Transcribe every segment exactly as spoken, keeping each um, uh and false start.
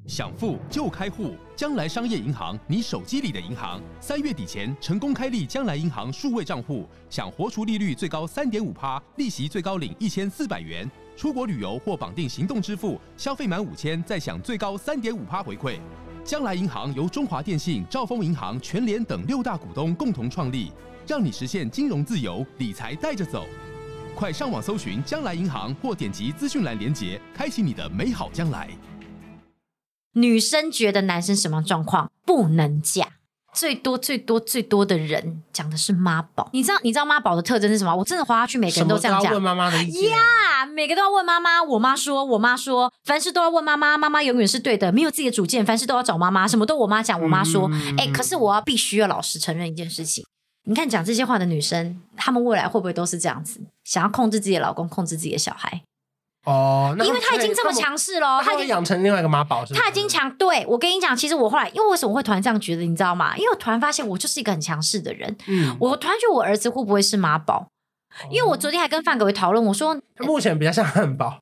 想富就开户，将来商业银行，你手机里的银行。三月底前成功开立将来银行数位账户，享活储利率最高 百分之三点五， 利息最高领一千四百元。出国旅游或绑定行动支付，消费满五千再享最高 百分之三点五 回馈。将来银行由中华电信、兆丰银行、全联等六大股东共同创立，让你实现金融自由，理财带着走。快上网搜寻将来银行，或点击资讯栏连结，开启你的美好将来。 女生觉得男生什么状况不能嫁？最多最多最多的人讲的是妈宝。你知道你知道妈宝的特征是什么？我真的滑下去，每个人都这样讲。 什么都要问妈妈的意见呀， yeah, 每个都要问妈妈。我妈说，我妈说，凡事都要问妈妈，妈妈永远是对的，没有自己的主见，凡事都要找妈妈，什么都我妈讲，我妈说。哎、嗯欸，可是我要必须要老实承认一件事情。你看讲这些话的女生，她们未来会不会都是这样子，想要控制自己的老公，控制自己的小孩？ 哦，那因为他已经这么强势了， 他已经养成另外一个妈宝，是不是？ 他已经强。对，我跟你讲，其实我后来，因为为什么会突然这样觉得，你知道吗？因为我突然发现我就是一个很强势的人。嗯，我突然觉得我儿子会不会是妈宝？哦、因为我昨天还跟范可为讨论，我说目前比较像汉堡。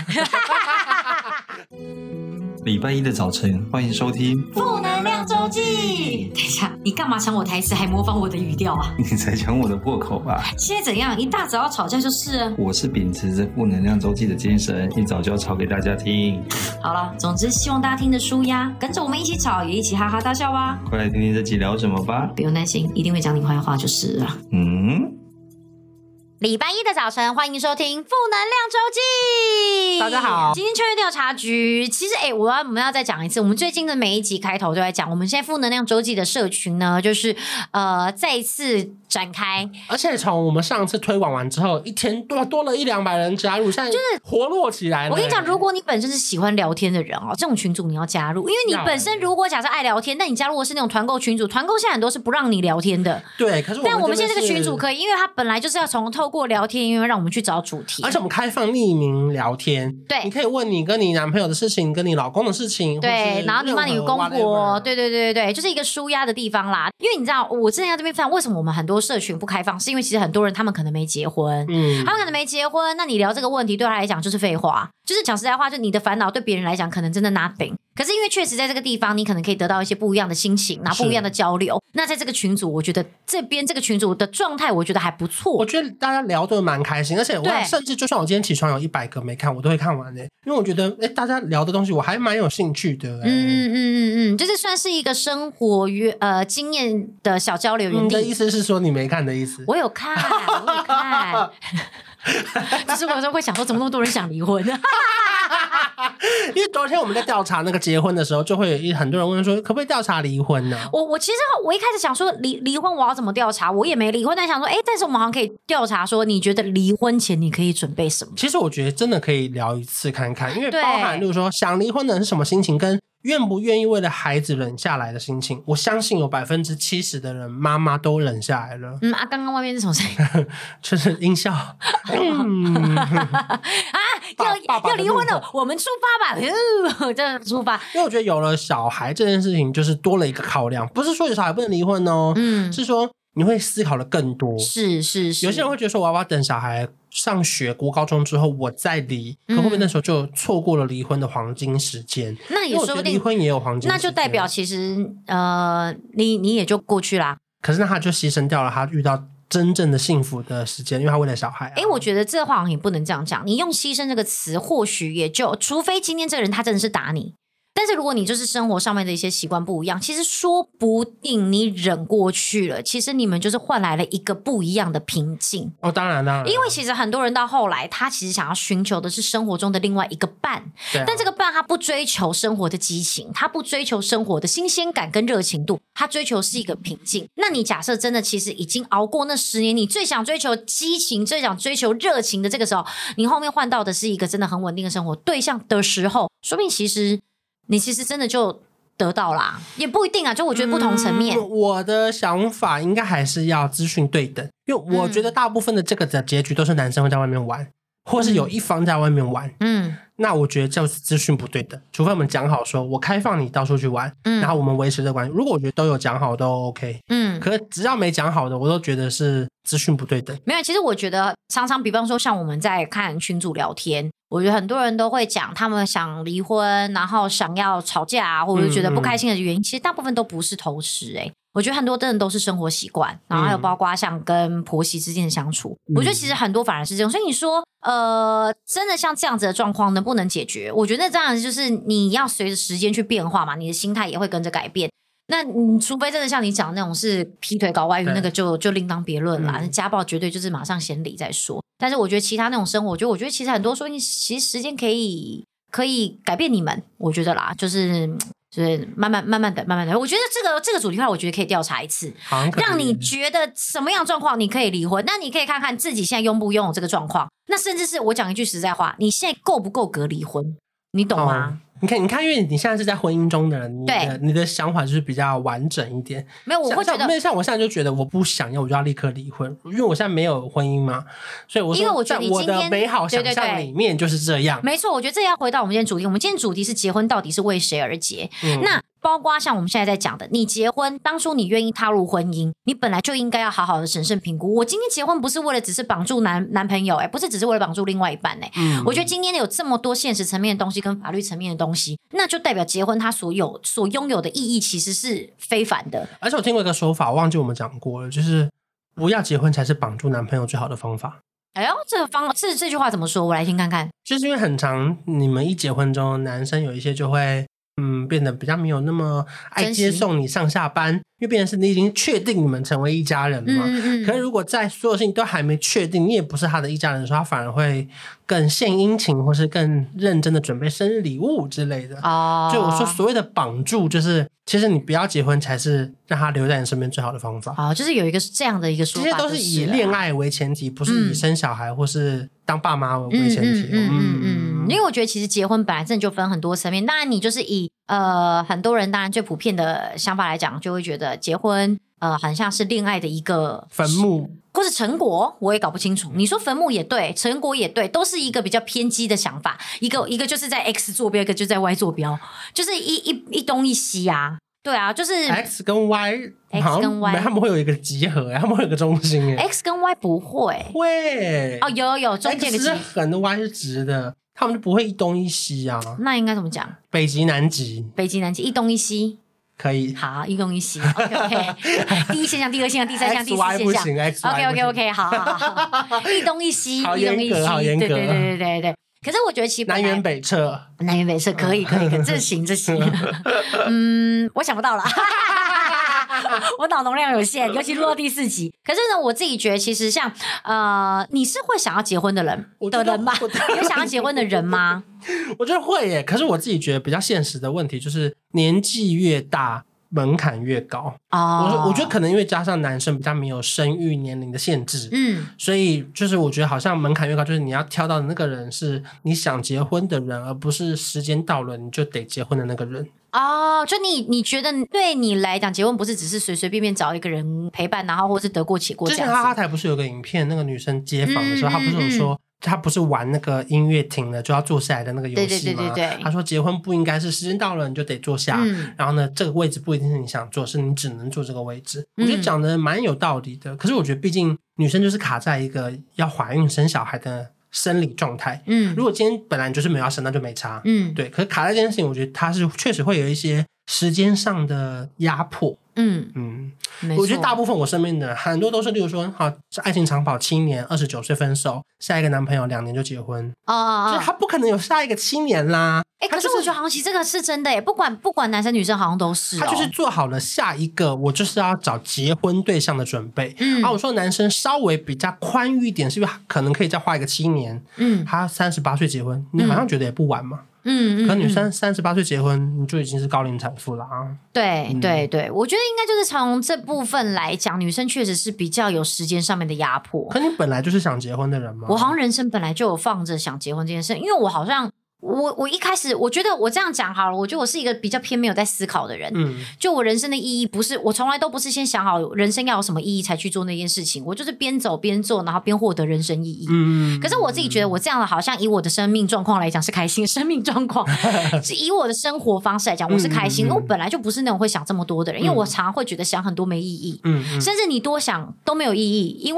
礼拜一的早晨，欢迎收听负能量周记。等一下，你干嘛抢我台词，还模仿我的语调啊？ 你才抢我的破口吧？ 现在怎样？一大早要吵架就是了。 我是秉持着负能量周记的精神，一早就要吵给大家听。 好了，总之希望大家听得舒压，跟着我们一起吵，也一起哈哈大笑吧。 快来听听这集聊什么吧。 不用担心，一定会讲你坏话就是了。 嗯。 礼拜一的早晨，欢迎收听负能量周记。 大家好， 今天秋叶调查局，其实哎、欸，我要我们要再讲一次，我们最近的每一集开头都在讲，我们现在负能量周记的社群呢，就是呃再一次展开， 而且从我们上次推广完之后，一天多多了一两百人加入，现在就是活络起来了。 我跟你讲，如果你本身是喜欢聊天的人哦，这种群组你要加入，因为你本身如果假设爱聊天，但你加入的是那种团购群组，团购现在很多是不让你聊天的。 对，可是我们但我们现在这个群组可以，因为它本来就是要从透过聊天，因为让我们去找主题， 而且我们开放匿名聊天， 对， 你可以问你跟你男朋友的事情，跟你老公的事情， 对，然后你帮你公婆，对对对对对，就是一个抒压的地方啦。因为你知道，我之前在这边分享，为什么我们很多社群不开放，是因为其实很多人他们可能没结婚，嗯，他们可能没结婚，那你聊这个问题对他来讲就是废话，就是讲实在话，就你的烦恼对别人来讲可能真的 nothing。可是因为确实在这个地方，你可能可以得到一些不一样的心情，拿不一样的交流。那在这个群组，我觉得这边这个群组的状态，我觉得还不错。 我觉得大家聊得蛮开心，而且我甚至就算我今天起床有一百个没看，我都会看完的、欸，因为我觉得哎、欸，大家聊的东西我还蛮有兴趣的、欸。嗯嗯嗯嗯嗯，就是算是一个生活与呃经验的小交流园地。 你的意思是说你没看的意思？ 我有看，我有看。只是我有时候会想说，怎么那么多人想离婚？ 因为昨天我们在调查那个结婚的时候，就会有很多人问说，可不可以调查离婚呢？ 我我其实我一开始想说离离婚我要怎么调查，我也没离婚，但想说，哎，但是我们好像可以调查说，你觉得离婚前你可以准备什么？ 其实我觉得真的可以聊一次看看，因为包含例如说想离婚的人是什么心情，跟愿不愿意为了孩子忍下来的心情，我相信有百分之七十的人妈妈都忍下来了。 嗯啊，刚刚外面是什么声音？ 就是音效。嗯、 啊，要要离婚了，我们出发吧！呃，这出发。 因为我觉得有了小孩这件事情，就是多了一个考量，不是说有小孩不能离婚哦，嗯，是说你会思考的更多。 是是是， 有些人会觉得说，我要等小孩上学国高中之后我再离，可会不会那时候就错过了离婚的黄金时间？ 那也说不定离婚也有黄金时间， 那就代表其实呃，你你也就过去啦。 可是那他就牺牲掉了他遇到真正的幸福的时间，因为他为了小孩、啊。 哎，我觉得这话好像也不能这样讲。你用牺牲这个词，或许也就，除非今天这个人他真的是打你。但是如果你就是生活上面的一些习惯不一样，其实说不定你忍过去了，其实你们就是换来了一个不一样的平静。 哦，当然当然， 因为其实很多人到后来，他其实想要寻求的是生活中的另外一个伴，啊、但这个伴他不追求生活的激情，他不追求生活的新鲜感跟热情度，他追求是一个平静。那你假设真的其实已经熬过那十年，你最想追求激情、最想追求热情的这个时候，你后面换到的是一个真的很稳定的生活对象的时候，说明其实你其实真的就得到啦，也不一定啊，就我觉得不同层面、 嗯、我的想法应该还是要资讯对等，因为我觉得大部分的这个的结局都是男生会在外面玩、嗯、或是有一方在外面玩，嗯，那我觉得就是资讯不对等，除非我们讲好说我开放你到处去玩、嗯、然后我们维持这关系，如果我觉得都有讲好都 OK， 嗯，可是只要没讲好的我都觉得是资讯不对等。 没有，其实我觉得常常比方说像我们在看群组聊天， 我觉得很多人都会讲他们想离婚，然后想要吵架啊，或者觉得不开心的原因，嗯嗯，其实大部分都不是偷吃欸。我觉得很多真的都是生活习惯，然后还有包括像跟婆媳之间的相处，嗯，我觉得其实很多反而是这种。所以你说呃，真的像这样子的状况能不能解决？我觉得这样就是你要随着时间去变化嘛，你的心态也会跟着改变。那你除非真的像你讲的那种是劈腿搞外遇，那个就就另当别论啦，嗯，家暴绝对就是马上先离再说。但是我觉得其他那种生活，我觉得我觉得其实很多说你其实时间可以可以改变你们，我觉得啦，就是就是慢慢慢慢的慢慢的，我觉得这个这个主题的话，我觉得可以调查一次，让你觉得什么样的状况你可以离婚，那你可以看看自己现在拥不拥有这个状况，那甚至是我讲一句实在话，你现在够不够格离婚，你懂吗？哦， 你看，你看，因为你现在是在婚姻中的人，你的你的想法就是比较完整一点。 没有，我会觉得， 没有像我现在就觉得我不想要，我就要立刻离婚，因为我现在没有婚姻嘛，所以我说， 因为我觉得你今天在我的美好想象里面就是这样。 对对对，没错，我觉得这要回到我们今天主题，我们今天主题是结婚到底是为谁而结？嗯，那包括像我们现在在讲的，你结婚当初你愿意踏入婚姻，你本来就应该要好好的审慎评估。我今天结婚不是为了只是绑住男男朋友，哎，不是只是为了绑住另外一半，哎，嗯，我觉得今天有这么多现实层面的东西跟法律层面的东西，那就代表结婚它所有所拥有的意义其实是非凡的。 而且我听过一个说法，我忘记我们讲过了，就是不要结婚才是绑住男朋友最好的方法。 哎呦，这个方这这句话怎么说？我来听看看。 就是因为很常你们一结婚中，男生有一些就会嗯，变得比较没有那么爱接送你上下班，因为变成是你已经确定你们成为一家人了嘛。嗯嗯，可是如果在所有事情都还没确定，你也不是他的一家人的时候，他反而会更献殷勤，或是更认真的准备生日礼物之类的。哦，就我说所谓的绑住，就是其实你不要结婚才是让他留在你身边最好的方法。 哦，就是有一个这样的一个说法， 这些都是以恋爱为前提，不是以生小孩或是当爸妈为前提。嗯嗯嗯嗯，因为我觉得其实结婚本来真的就分很多层面，当然你就是以呃很多人当然最普遍的想法来讲，就会觉得结婚呃很像是恋爱的一个坟墓。 或是成果，我也搞不清楚。你说坟墓也对，成果也对，都是一个比较偏激的想法。一个一个就是在 X 坐标，一个就在 Y 坐标，就是一一一东一西啊。对啊，就是 X 跟 Y，X 跟 Y 他们会有一个集合，他们会有一个中心。 X 跟 Y 不会， 会哦，有有有，中间的 X 是横的 ，Y 是直的，他们就不会一东一西啊。 那应该怎么讲？ 北极南极， 北极南极，一东一西。 可以， 好，一东一西 ，OK OK。第一现象，第二现象，第三项，第四现象 ，OK OK OK， 好好好，一东一西，一东一西， 好严格， 对对对对对对。可是我觉得其实南辕北辙， 南辕北辙可以可以，可以这行这行。嗯，我想不到了。我脑容量有限，尤其录到第四集。可是呢，我自己觉得，其实像呃，你是会想要结婚的人的人吗？有想要结婚的人吗？ 我觉得会耶。可是我自己觉得比较现实的问题就是，年纪越大，门槛越高。哦，我我觉得可能因为加上男生比较没有生育年龄的限制，嗯，所以就是我觉得好像门槛越高，就是你要挑到的那个人是你想结婚的人，而不是时间到了你就得结婚的那个人。 哦，就你你觉得对你来讲，结婚不是只是随随便便找一个人陪伴，然后或是得过且过这样子。 之前哈哈台不是有个影片，那个女生接访的时候，她、嗯、不是有说。他不是玩那个音乐停了就要坐下来的那个游戏吗？对对对对对。他说结婚不应该是时间到了你就得坐下，嗯、然后呢，这个位置不一定是你想坐，是你只能坐这个位置。嗯、我觉得讲的蛮有道理的。可是我觉得，毕竟女生就是卡在一个要怀孕生小孩的生理状态。嗯，如果今天本来你就是没有要生，那就没差。嗯，对。可是卡在这件事情，我觉得它是确实会有一些时间上的压迫。嗯嗯，我觉得大部分我身边的人很多都是，例如说，好，爱情长跑七年，二十九岁分手，下一个男朋友两年就结婚，哦，就是他不可能有下一个七年啦。 哎、欸，可是我觉得好像其实这个是真的耶，不管不管男生女生好像都是、哦， 他就是做好了下一个，我就是要找结婚对象的准备。嗯，啊，我说男生稍微比较宽裕一点，是不是可能可以再花一个七年？嗯，他三十八岁结婚，你好像觉得也不晚嘛。嗯，可能女生三十八岁结婚，你就已经是高龄产妇了啊。 对、嗯、对对，我觉得应该就是从这部分来讲，女生确实是比较有时间上面的压迫。 可你本来就是想结婚的人吗？ 我好像人生本来就有放着想结婚这件事，因为我好像。我我一开始我觉得我这样讲好了，我觉得我是一个比较偏没有在思考的人。嗯，就我人生的意义不是，我从来都不是先想好人生要有什么意义才去做那件事情，我就是边走边做，然后边获得人生意义。嗯，可是我自己觉得我这样的好像以我的生命状况来讲是开心，生命状况以我的生活方式来讲我是开心，因为我本来就不是那种会想这么多的人，因为我常常会觉得想很多没意义。嗯，甚至你多想都没有意义，因为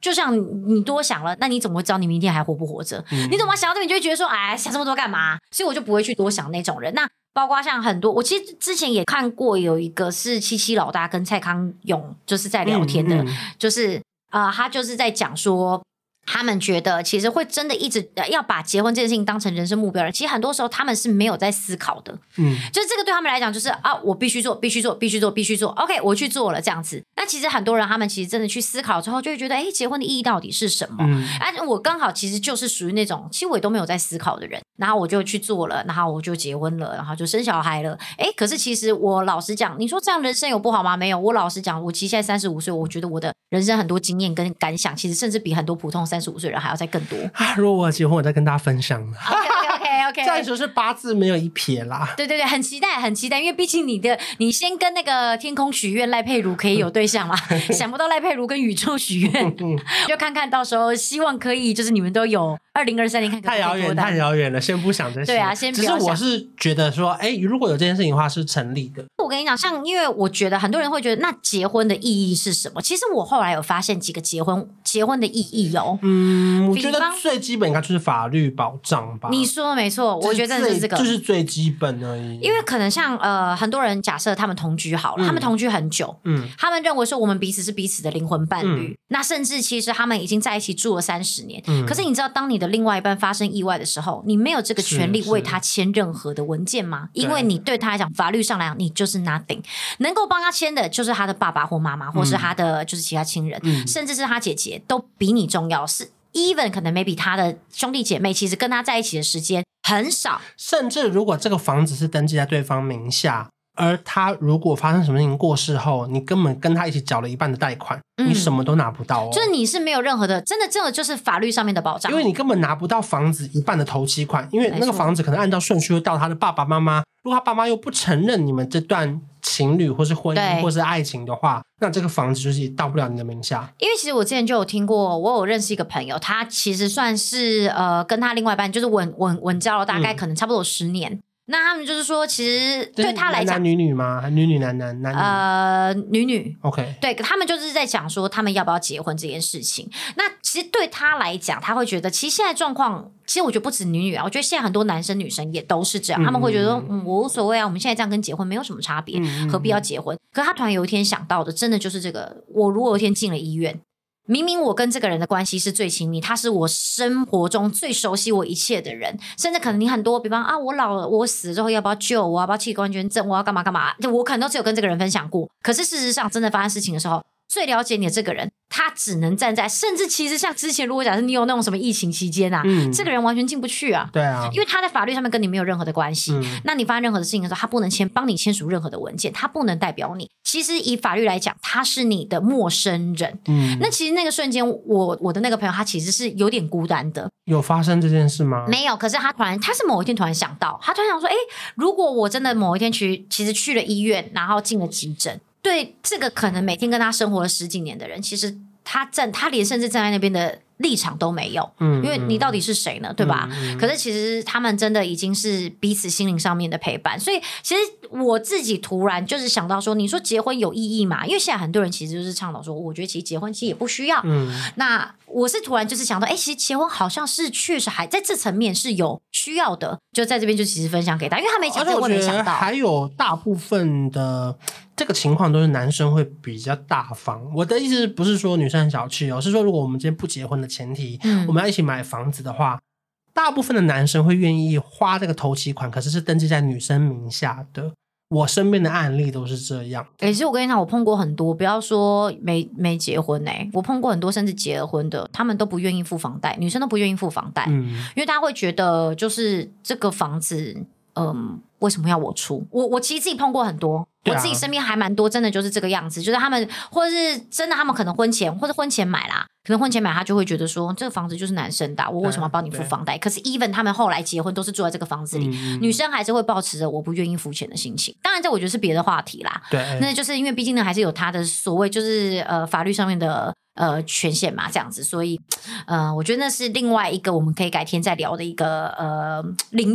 就像你多想了，那你怎么会知道你明天还活不活着？嗯、你怎么想到这边，你就会觉得说，哎，想这么多干嘛？所以我就不会去多想那种人。那包括像很多，我其实之前也看过有一个是七七老大跟蔡康永就是在聊天的，嗯嗯、就是呃，他就是在讲说。他们觉得其实会真的一直要把结婚这件事情当成人生目标的人，其实很多时候他们是没有在思考的。嗯，就是这个对他们来讲就是啊，我必须做，必须做，必须做，必须做。OK， 我去做了这样子。那其实很多人他们其实真的去思考之后，就会觉得，哎，结婚的意义到底是什么？嗯，啊，我刚好其实就是属于那种，其实我也都没有在思考的人，然后我就去做了，然后我就结婚了，然后就生小孩了。哎，可是其实我老实讲，你说这样人生有不好吗？没有。我老实讲，我其实现在三十五岁，我觉得我的人生很多经验跟感想，其实甚至比很多普通三十五岁人还要再更多啊！如果我结婚，我再跟大家分享。 OK OK OK， 再说是八字没有一撇啦。 对对对，很期待，很期待，因为毕竟你的你先跟那个天空许愿，赖佩如可以有对象嘛？想不到赖佩如跟宇宙许愿，就看看到时候，希望可以就是你们都有二零二三年看可太遥远太遥远了，先不想这些。 对啊，先不要想。 只是我是觉得说，哎，如果有这件事情的话，是成立的。 我跟你讲，像因为我觉得很多人会觉得，那结婚的意义是什么？其实我后来有发现几个结婚结婚的意义哦。 嗯，我觉得最基本应该就是法律保障吧。 你说的没错，我觉得真的是这个， 就是最基本而已。 因为可能像呃很多人假设他们同居好了，嗯、他们同居很久，嗯，他们认为说我们彼此是彼此的灵魂伴侣，嗯、那甚至其实他们已经在一起住了三十年。嗯、可是你知道，当你的另外一半发生意外的时候，你没有这个权利为他签任何的文件吗？因为你对他来讲，法律上来讲，你就是 nothing， 能够帮他签的就是他的爸爸或妈妈，或是他的就是其他亲人，嗯、甚至是他姐姐，都比你重要。是 even 可能 maybe 他的兄弟姐妹其实跟他在一起的时间很少， 甚至如果这个房子是登记在对方名下，而他如果发生什么事情过世后，你根本跟他一起缴了一半的贷款，嗯、你什么都拿不到哦。 就是你是没有任何的，真的真的就是法律上面的保障， 因为你根本拿不到房子一半的头期款，因为那个房子可能按照顺序会到他的爸爸妈妈，如果他爸妈又不承认你们这段情侣或是婚姻或是爱情的话，那这个房子就是到不了你的名下。 因为其实我之前就有听过，我有认识一个朋友，他其实算是呃跟他另外一半就是稳稳稳交了大概可能差不多有十年。嗯，那他们就是说，其实对他来讲， 男男女女吗？女女男男男女？ 呃，女女。 OK， 对他们就是在讲说，他们要不要结婚这件事情。那其实对他来讲，他会觉得，其实现在状况，其实我觉得不止女女啊，我觉得现在很多男生女生也都是这样，嗯、他们会觉得说，嗯，我无所谓啊，我们现在这样跟结婚没有什么差别，嗯、何必要结婚？可是他突然有一天想到的，真的就是这个：我如果有一天进了医院。明明我跟这个人的关系是最亲密，他是我生活中最熟悉我一切的人，甚至可能你很多，比方啊，我老了，我死了之后要不要救我，要不要器官捐赠，我要干嘛干嘛，我可能都只有跟这个人分享过。可是事实上，真的发生事情的时候，最了解你的这个人，他只能站在，甚至其实像之前，如果假设你有那种什么疫情期间啊，嗯、这个人完全进不去啊， 对啊， 因为他在法律上面跟你没有任何的关系。嗯、那你发生任何的事情的时候，他不能签帮你签署任何的文件，他不能代表你。其实以法律来讲，他是你的陌生人。嗯，那其实那个瞬间，我我的那个朋友，他其实是有点孤单的。 有发生这件事吗？ 没有，可是他突然，他是某一天突然想到，他突然想说，哎，如果我真的某一天去，其实去了医院，然后进了急诊。对这个可能每天跟他生活了十几年的人，其实他站他连甚至站在那边的立场都没有，嗯，因为你到底是谁呢，对吧？嗯嗯、可是其实他们真的已经是彼此心灵上面的陪伴，所以其实我自己突然就是想到说，你说结婚有意义吗？因为现在很多人其实就是倡导说，我觉得其实结婚其实也不需要。嗯，那我是突然就是想到，哎，其实结婚好像是确实还在这层面是有需要的，就在这边就其实分享给他，因为他没讲这个，我没想到。 还有大部分的这个情况都是男生会比较大方。我的意思不是说女生很小气哦，是说如果我们今天不结婚的前提，嗯、我们要一起买房子的话，大部分的男生会愿意花这个头期款，可是是登记在女生名下的。我身边的案例都是这样。 欸，其实我跟你讲，我碰过很多，不要说没没结婚欸，我碰过很多甚至结了婚的，他们都不愿意付房贷，女生都不愿意付房贷，嗯、因为他会觉得就是这个房子，嗯，为什么要我出？我我其实自己碰过很多。我自己身边还蛮多，真的就是这个样子，就是他们或者是真的，他们可能婚前或者婚前买啦，可能婚前买他就会觉得说，这个房子就是男生的，我为什么要帮你付房贷？可是 even 他们后来结婚都是住在这个房子里，嗯、女生还是会抱持着我不愿意付钱的心情。当然，这我觉得是别的话题啦。 对， 那就是因为毕竟呢，还是有他的所谓就是呃法律上面的呃权限嘛，这样子，所以呃，我觉得那是另外一个我们可以改天再聊的一个呃领域。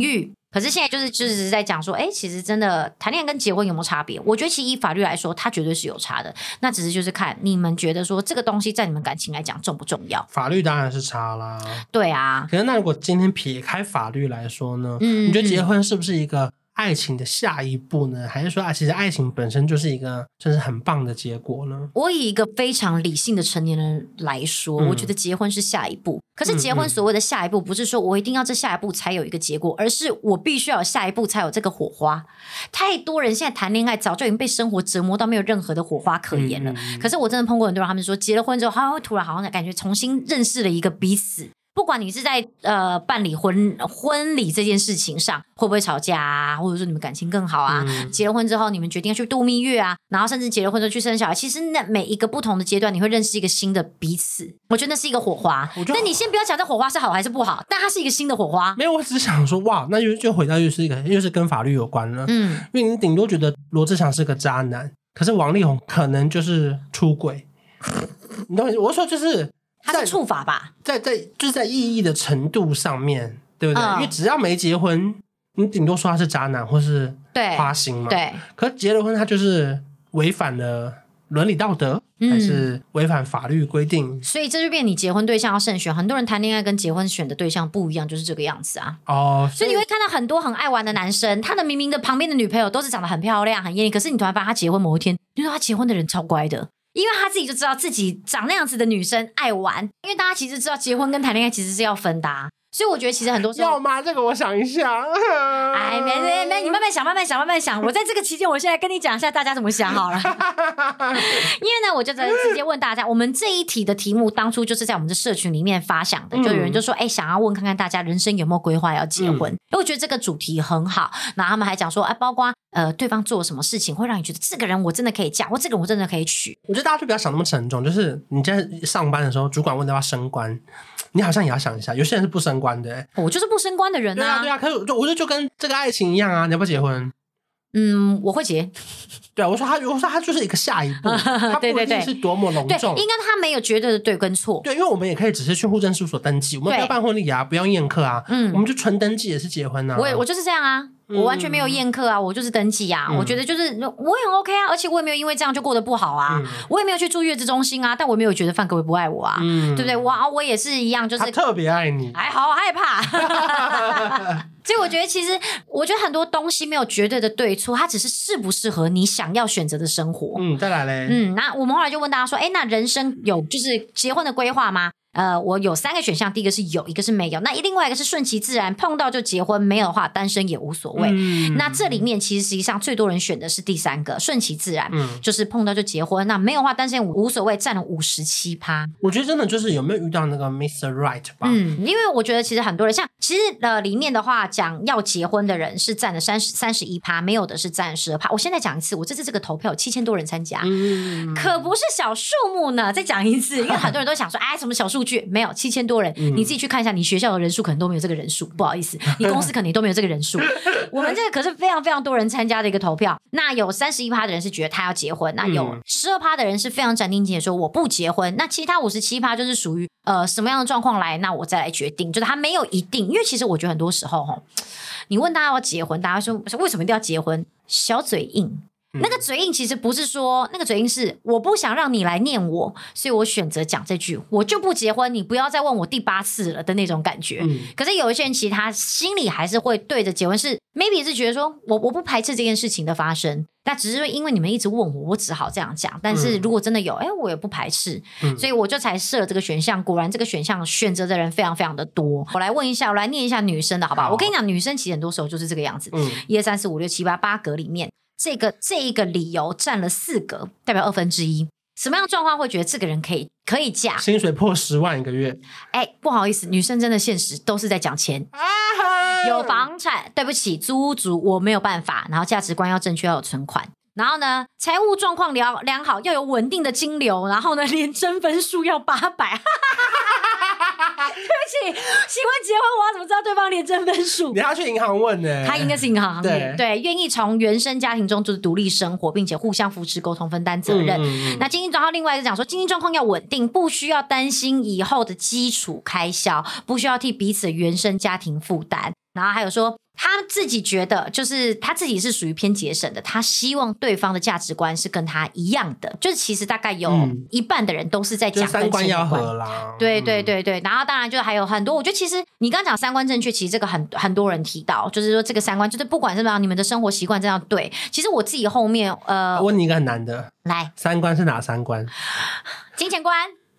可是现在就是就是在讲说，哎，其实真的谈恋爱跟结婚有没有差别？我觉得其实以法律来说，它绝对是有差的。那只是就是看你们觉得说这个东西在你们感情来讲重不重要？ 法律当然是差啦。 对啊。 可是那如果今天撇开法律来说呢？嗯，你觉得结婚是不是一个爱情的下一步呢？还是说啊，其实爱情本身就是一个就是很棒的结果呢？ 我以一个非常理性的成年人来说、嗯、我觉得结婚是下一步。可是结婚所谓的下一步不是说我一定要这下一步才有一个结果，而是我必须要有下一步才有这个火花。太多人现在谈恋爱早就已经被生活折磨到没有任何的火花可言了、嗯、可是我真的碰过很多人，他们说结了婚之后他会突然好像感觉重新认识了一个彼此。不管你是在呃办理婚婚礼这件事情上会不会吵架啊，或者说你们感情更好啊、嗯、结了婚之后你们决定要去度蜜月啊，然后甚至结了婚之后去生小孩，其实那每一个不同的阶段你会认识一个新的彼此，我觉得那是一个火花。那你先不要讲这火花是好还是不好，但它是一个新的火花。 没有，我只是想说哇，那就就回到又是一个又是跟法律有关了。嗯，因为你顶多觉得罗志祥是个渣男，可是王力宏可能就是出轨。你懂我说就是他是触法吧， 在在就是在意义的程度上面，对不对、嗯、因为只要没结婚你顶多说他是渣男或是花心嘛。 对， 可是结了婚他就是违反了伦理道德、嗯、还是违反法律规定， 所以这就变你结婚对象要慎选。很多人谈恋爱跟结婚选的对象不一样，就是这个样子啊。 哦， 所以你会看到很多很爱玩的男生，他的明明的旁边的女朋友都是长得很漂亮很艳丽，可是你突然发现他结婚某一天，你说他结婚的人超乖的，因为他自己就知道自己长那样子的女生爱玩。因为大家其实知道结婚跟谈恋爱其实是要分的、啊、所以我觉得其实很多时候要吗？这个我想一下。 哎，没没没，你慢慢想慢慢想慢慢想。我在这个期间我现在跟你讲一下大家怎么想好了。因为呢我就直接问大家，我们这一题的题目当初就是在我们的社群里面发想的、嗯、就有人就说哎，想要问看看大家人生有没有规划要结婚、嗯、我觉得这个主题很好。然后他们还讲说哎，包括呃对方做什么事情会让你觉得这个人我真的可以嫁，或这个人我真的可以娶。 我觉得大家就不要想那么沉重，就是你在上班的时候主管问要不要升官，你好像也要想一下，有些人是不升官的、欸、 我就是不升官的人啊。 对啊对啊，可是我觉得就跟这个爱情一样啊，你要不要结婚？ 嗯，我会结。 对啊，我说他，我说他就是一个下一步，他不一定是多么隆重。 对，应该他没有绝对的对跟错。 对，因为我们也可以只是去户政事务所登记，我们不要办婚礼啊，不要宴客啊，嗯，我们就纯登记也是结婚啊。 我也我就是这样啊。我完全没有宴客啊，我就是登记啊、嗯、我觉得就是我也很 OK 啊，而且我也没有因为这样就过得不好啊、嗯、我也没有去住月子中心啊，但我也没有觉得范可为不爱我啊、嗯、对不对？哇，我也是一样，就是他特别爱你， 还好害怕。所以我觉得其实我觉得很多东西没有绝对的对错，它只是适不适合你想要选择的生活。 嗯，再来嘞。 嗯，那我们后来就问大家说，哎，那人生有就是结婚的规划吗？呃，我有三个选项，第一个是有，一个是没有，那另外一个是顺其自然，碰到就结婚，没有的话单身也无所谓、嗯、那这里面其实实际上最多人选的是第三个顺其自然、嗯、就是碰到就结婚，那没有的话单身也无所谓，占了 百分之五十七。 我觉得真的就是有没有遇到那个 Mister Right 吧。 嗯，因为我觉得其实很多人像其实呃里面的话讲要结婚的人是占了三十一趴，没有的是占 百分之十二。 我现在讲一次，我这次这个投票有七千多人参加、嗯、可不是小数目呢。再讲一次，因为很多人都想说哎，什么小数据，没有，七千多人、嗯、你自己去看一下，你学校的人数可能都没有这个人数，不好意思，你公司可能都没有这个人数。我们这个可是非常非常多人参加的一个投票。那有 百分之三十一 的人是觉得他要结婚，那有 百分之十二 的人是非常斩钉截铁说我不结婚，那其他 百分之五十七 就是属于呃什么样的状况来，那我再来决定，就是他没有一定。因为其实我觉得很多时候齁，你问大家要结婚，大家说为什么一定要结婚，小嘴硬。那个嘴硬其实不是说，那个嘴硬是我不想让你来念我，所以我选择讲这句，我就不结婚，你不要再问我第八次了的那种感觉、嗯、可是有一些人其实他心里还是会对着结婚，是 maybe 是觉得说我我不排斥这件事情的发生，但只是因为你们一直问我，我只好这样讲。但是如果真的有，哎、欸，我也不排斥、嗯，所以我就才设了这个选项。果然这个选项选择的人非常非常的多。我来问一下，我来念一下女生的好不好？好，我跟你讲，女生其实很多时候就是这个样子，嗯，一二三四五六七八八格里面。这个这一个理由占了四格，代表二分之一。什么样的状况会觉得这个人可以可以嫁？ 薪水破十万一个月。 哎，不好意思，女生真的现实都是在讲钱。啊、有房产，对不起，租屋族我没有办法。然后价值观要正确，要有存款。然后呢，财务状况良良好，要有稳定的金流。然后呢，连征分数要八百。对不起，喜欢结婚我要怎么知道对方连征分数？ 你要去银行问呢、欸。 他应该是银行行业，对，愿意从原生家庭中就是独立生活，并且互相扶持、沟通、分担责任。嗯嗯嗯，那经济状况，另外一个讲说，经济状况要稳定，不需要担心以后的基础开销，不需要替彼此的原生家庭负担。 然后还有说他自己觉得就是他自己是属于偏节省的，他希望对方的价值观是跟他一样的，就是其实大概有一半的人都是在讲跟三观要合啦。 对对对对，然后当然就还有很多，我觉得其实你刚刚讲三观正确，其实这个很很多人提到，就是说这个三观就是不管是怎么样，你们的生活习惯这样对。其实我自己后面呃， 我问你一个很难的， 来， 三观是哪三观？ 金钱观。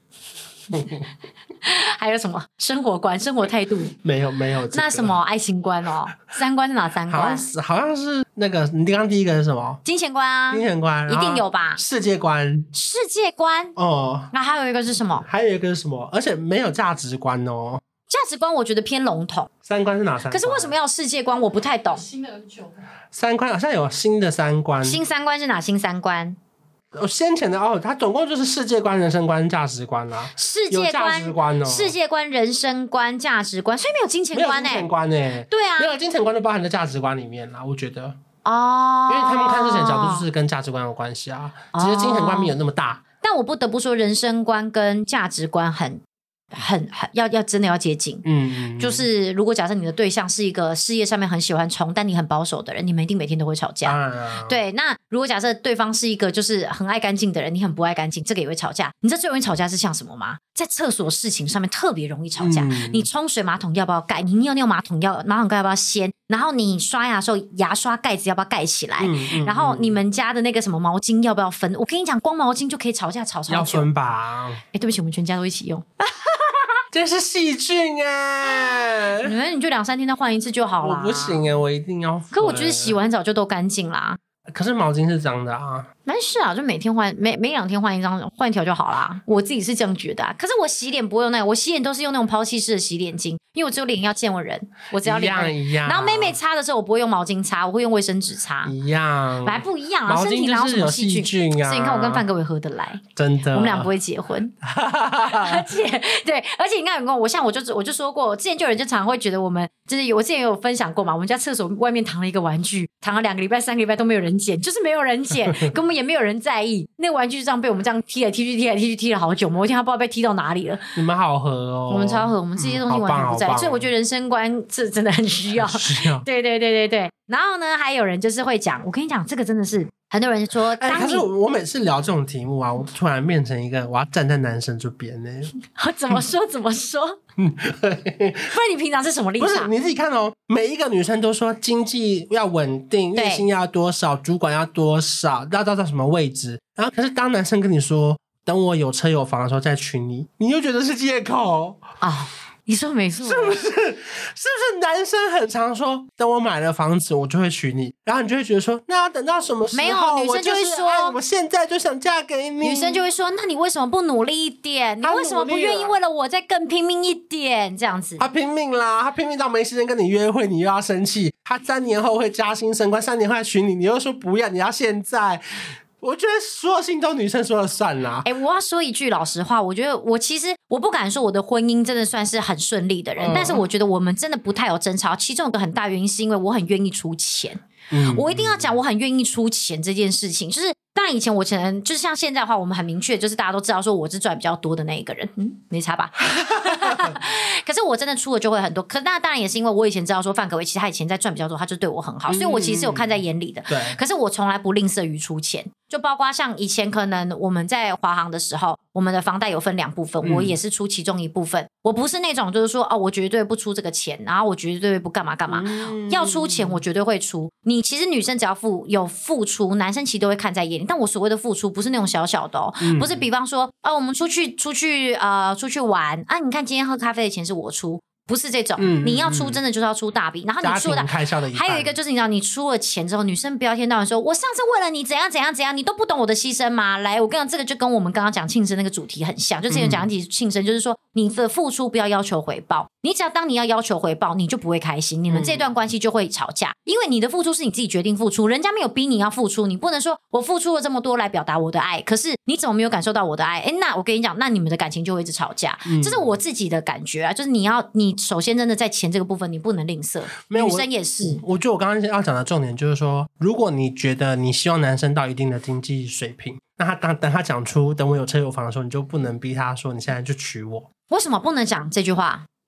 还有什么生活观、生活态度？ 没有没有、这个。 那什么爱情观哦？三观是哪三观？ 好像是好像是那个，你刚刚第一个是什么？ 金钱观啊， 金钱观一定有吧？ 世界观， 世界观哦。 那还有一个是什么？ 还有一个是什么？而且没有价值观哦。 价值观我觉得偏笼统。 三观是哪三观？ 可是为什么要世界观？我不太懂。 新的九三观好像有新的三观。 新三观是哪新三观？ 哦，先前的哦，它总共就是世界观、人生观、价值观啦、啊。 世界观、 价值观哦， 世界观、人生观、价值观，所以没有金钱观哎、欸，没有金钱观哎、欸， 对啊， 没有金钱观都包含在价值观里面啦，我觉得哦， 因为他们看事情的角度就是跟价值观有关系啊，只是金钱观没有那么大。 但我不得不说，人生观跟价值观很。很很要要真的要接近，嗯，就是如果假设你的对象是一个事业上面很喜欢冲，但你很保守的人，你们一定每天都会吵架。啊、对，那如果假设对方是一个就是很爱干净的人，你很不爱干净，这个也会吵架。你知道最容易吵架是像什么吗？在厕所事情上面特别容易吵架。嗯、你冲水马桶要不要盖？你尿尿马桶要马桶盖要不要掀？然后你刷牙的时候牙刷盖子要不要盖起来？嗯嗯、然后你们家的那个什么毛巾要不要分？我跟你讲，光毛巾就可以吵架吵超久。 要分吧？ 哎，对不起，我们全家都一起用。 这是细菌哎！ 你们你就两三天再换一次就好了。 我不行哎，我一定要。 可我觉得洗完澡就都干净啦。 可是毛巾是脏的啊。 没事啊，就每天换，每每两天换一张，换一条就好啦。我自己是这样觉得啊。可是我洗脸不会用那个，我洗脸都是用那种抛弃式的洗脸巾，因为我只有脸要见我人，我只要脸。 一样一样。 然后妹妹擦的时候，我不会用毛巾擦，我会用卫生纸擦。 一样。 本来不一样啊，身体哪有什么细菌？ 菌啊、 所以你看我跟范各伟合得来， 真的， 我们俩不会结婚。而且对，而且你看，我像我就我就说过，之前就有人就常常会觉得我们就是我之前有分享过嘛，我们家厕所外面躺了一个玩具，躺了两个礼拜、三个礼拜都没有人捡，就是没有人捡，根本也没有人在意。那个玩具就这样被我们这样踢来踢去踢来踢去踢了好久，某一天他不知道被踢到哪里了。 你们好合哦， 我们超合，我们这些东西完全不在、嗯、所以我觉得人生观是真的很需要， 需要对对对对对。然后呢还有人就是会讲，我跟你讲这个真的是很多人说当你、 欸、可是我每次聊这种题目啊，我突然变成一个我要站在男生这边呢。 怎么说怎么说不然你平常是什么立场？ 不是你自己看哦，每一个女生都说经济要稳定，月薪要多少，主管要多少，要到到什么位置，然后可是当男生跟你说等我有车有房的时候再娶你，你又觉得是借口啊、哦？你说没错， 是不是？是不是男生很常说等我买了房子我就会娶你，然后你就会觉得说那要等到什么时候？ 没有，女生就会说我, 我现在就想嫁给你。 女生就会说那你为什么不努力一点？你为什么不愿意为了我再更拼命一点？这样子他拼命啦，他拼命到没时间跟你约会，你又要生气。他三年后会加薪升官，三年后娶你，你又说不要，你要现在。我觉得所有事情都女生说了算啦。 哎、欸，我要说一句老实话，我觉得我其实我不敢说我的婚姻真的算是很顺利的人、嗯，但是我觉得我们真的不太有争吵。其中有个很大原因是因为我很愿意出钱。嗯，我一定要讲我很愿意出钱这件事情，就是当然以前我可能就是像现在的话，我们很明确，就是大家都知道说我是赚比较多的那一个人，嗯，没差吧？可是我真的出了就会很多，可那当然也是因为我以前知道说范可伟其实他以前在赚比较多，他就对我很好，所以我其实是有看在眼里的。 对， 可是我从来不吝啬于出钱。就包括像以前可能我们在华航的时候，我们的房贷有分两部分、嗯、我也是出其中一部分。我不是那种就是说哦，我绝对不出这个钱，然后我绝对不干嘛干嘛、嗯、要出钱我绝对会出。你其实女生只要付有付出，男生其实都会看在眼里，但我所谓的付出不是那种小小的哦、嗯、不是比方说哦，我们出去出去呃出去玩啊，你看今天喝咖啡的钱是我出，不是这种、嗯、你要出真的就是要出大笔、嗯、然后你出的开销的一半。 还有一个就是你知道你出了钱之后，女生不要天到晚说我上次为了你怎样怎样怎样，你都不懂我的牺牲吗？来，我跟你讲，这个就跟我们刚刚讲庆生那个主题很像，就之前讲起庆生、嗯、就是说你的付出不要要求回报，你只要当你要要求回报你就不会开心，你们这段关系就会吵架、嗯、因为你的付出是你自己决定付出，人家没有逼你要付出，你不能说我付出了这么多来表达我的爱，可是你怎么没有感受到我的爱？诶，那我跟你讲，那你们的感情就会一直吵架、嗯、这是我自己的感觉啊，就是你要你首先真的在钱这个部分你不能吝啬，女生也是。 我觉得我刚刚要讲的重点就是说，如果你觉得你希望男生到一定的经济水平，那他当等他讲出等我有车有房的时候，你就不能逼他说你现在就娶我。 为什么不能讲这句话？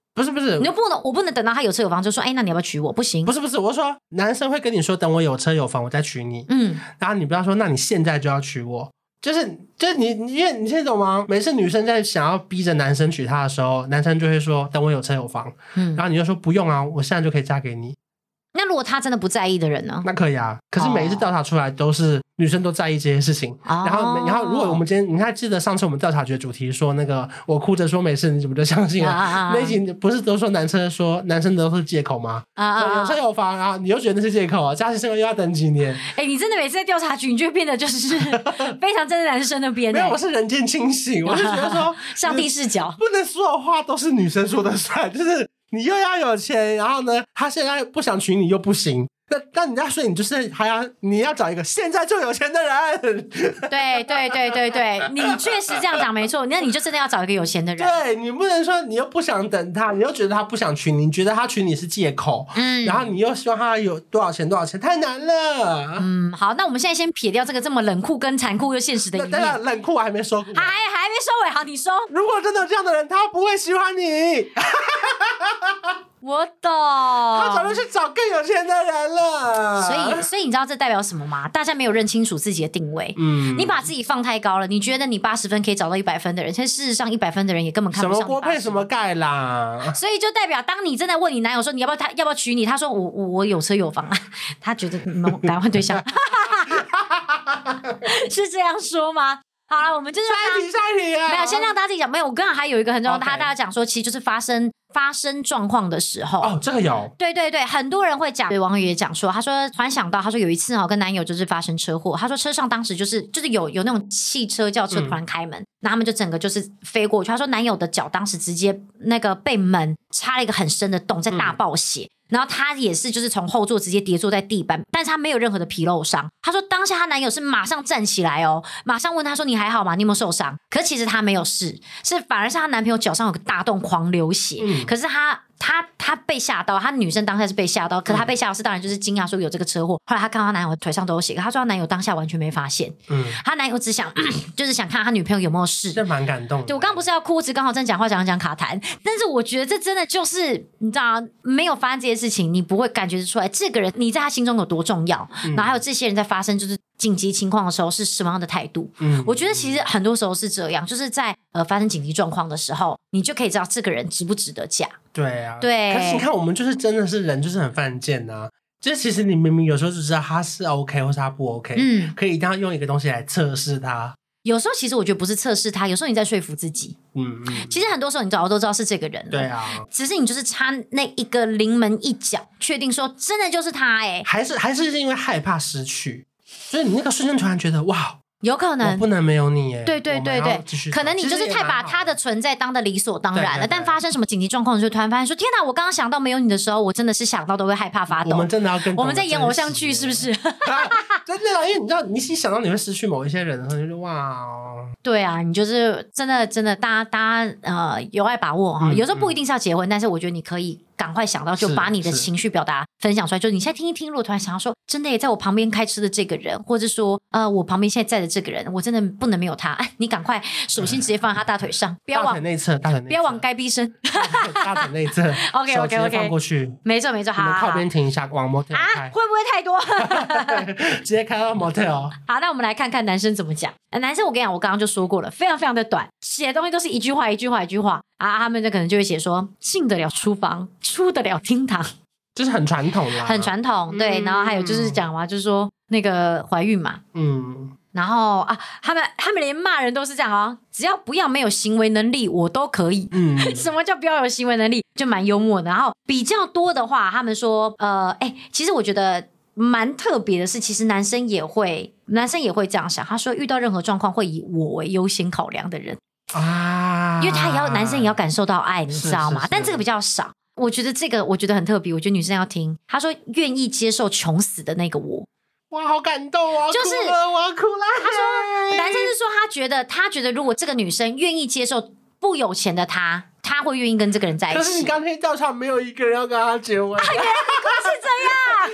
不是不是， 你就不能，我不能等到他有车有房就说，哎，那你要不要娶我？不行。 不是不是，我说男生会跟你说，等我有车有房我再娶你。嗯，然后你不要说，那你现在就要娶我。就是就是你，因为你现在懂吗？每次女生在想要逼着男生娶她的时候，男生就会说，等我有车有房。嗯，然后你就说不用啊，我现在就可以嫁给你。 那如果他真的不在意的人呢？ 那可以啊，可是每一次调查出来都是女生都在意这些事情。哦、然后，然后如果我们今天你还记得上次我们调查局的主题说那个我哭着说没事，你怎么就相信了？啊啊啊那一集不是都说男生说男生都是借口吗？啊啊啊有车有房，然后你又觉得那是借口啊？家庭生活又要等几年？ 哎、欸，你真的每次在调查局，你就会变得就是非常站在男生那边、欸。 没有，我是人间清醒，我就觉得说上帝视角， 不能所有话都是女生说的算，就是你又要有钱，然后呢，他现在不想娶你又不行。那那人家说你就是还要你要找一个现在就有钱的人， 对对对对对，你确实这样讲没错。那你就真的要找一个有钱的人， 对你不能说你又不想等他，你又觉得他不想娶你，你觉得他娶你是借口，嗯，然后你又希望他有多少钱多少钱，太难了。 嗯，好，那我们现在先撇掉这个这么冷酷跟残酷又现实的一面。 当然冷酷我还没说， 还还没收尾，好，你说。 如果真的有这样的人，他不会喜欢你。 我懂， 他早就去找更有钱的人了。 所以，所以你知道这代表什么吗？大家没有认清楚自己的定位。嗯，你把自己放太高了，你觉得你八十分可以找到一百分的人，其实事实上一百分的人也根本看不上你。 什么锅配什么盖啦。 所以就代表，当你真的问你男友说你要不要他要不要娶你，他说我我我有车有房啊，他觉得你们赶快换对象，是这样说吗？好了，我们就是下一题，下一题啊！ 没有，先让大家自己讲。没有，我刚刚还有一个很重要的，他大家讲说，其实就是发生发生状况的时候。 哦，这个有。对对对，很多人会讲，网友也讲说，他说突然想到，他说有一次哦，跟男友就是发生车祸，他说车上当时就是就是有有那种汽车轿车突然开门，那、嗯、他们就整个就是飞过去。他说男友的脚当时直接那个被门插了一个很深的洞，在大爆血。嗯然后他也是就是从后座直接跌坐在地板，但是他没有任何的皮肉伤。他说当下他男友是马上站起来哦，马上问他说你还好吗？你有没有受伤？可是其实他没有事，是反而是他男朋友脚上有个大洞狂流血、嗯、可是他他他被吓到，他女生当下是被吓到，可是他被吓到是当然就是惊讶说有这个车祸。后来他看到他男友腿上都有血，可他说他男友当下完全没发现，嗯，他男友只想就是想看他女朋友有没有事， 这蛮感动的。 对，我刚刚不是要哭，我只刚好正讲话讲讲卡痰，但是我觉得这真的就是你知道没有发生这些事情，你不会感觉出来这个人你在他心中有多重要，嗯、然后还有这些人在发生就是紧急情况的时候是什么样的态度。嗯，我觉得其实很多时候是这样，就是在呃发生紧急状况的时候，你就可以知道这个人值不值得嫁。 对啊， 对。 可是你看，我们就是真的是人，就是很犯贱啊。就是其实你明明有时候就知道他是 OK 或是他不 OK，嗯，可以一定要用一个东西来测试他。 有时候其实我觉得不是测试他，有时候你在说服自己。嗯嗯。其实很多时候你早都知道是这个人了， 对啊。 只是你就是差那一个临门一脚，确定说真的就是他哎、欸。 还是还是因为害怕失去，所以你那个瞬间突然觉得哇。 有可能我不能没有你耶， 对对对对，可能你就是太把他的存在当的理所当然了。对对对，但发生什么紧急状况的时候，突然发现说：“天哪！我刚刚想到没有你的时候，我真的是想到都会害怕发抖。” 我们真的要跟我们在演偶像剧，是不是？ 真的啊，因为你知道，你一想到你会失去某一些人的时候，你就哇哦。 对啊，你就是真的真的，大家大家呃有爱把握哈、嗯。有时候不一定是要结婚、嗯，但是我觉得你可以赶快想到，就把你的情绪表达分享出来。就你现在听一听，如果突然想要说，真的也在我旁边开车的这个人，或者说呃我旁边现在在的这个人，我真的不能没有他。哎，你赶快手心直接放在他大腿上，不要往大腿内侧，大腿内侧不要往该逼身， 大腿内侧。 OK OK OK， 放过去， 没错没错，好， 你们靠边停一下，往 motel 开， 啊，会不会太多？ 直接开到 motel。 好，那我们来看看男生怎么讲。男生我跟你讲，我刚刚就说过了，非常非常的短，写的东西都是一句话一句话一句话啊，他们就可能就会写说进得了厨房，出得了厅堂。 就是很传统啦， 很传统，对、嗯。然后还有就是讲嘛，就是说那个怀孕嘛，嗯。然后啊，他们他们连骂人都是这样哦，只要不要没有行为能力，我都可以。嗯，什么叫不要有行为能力？就蛮幽默的。然后比较多的话，他们说，呃，哎，其实我觉得蛮特别的是，其实男生也会，男生也会这样想。他说，遇到任何状况会以我为优先考量的人啊，因为他也要男生也要感受到爱，你知道吗？但这个比较少。我觉得这个我觉得很特别，我觉得女生要听。她说愿意接受穷死的那个我， 哇，好感动啊！ 就是哭了我要哭了。 她说，男生是说他觉得，他觉得如果这个女生愿意接受不有钱的他，他会愿意跟这个人在一起。 可是你刚才调查没有一个人要跟他结婚， 啊，原来是这样。 你这个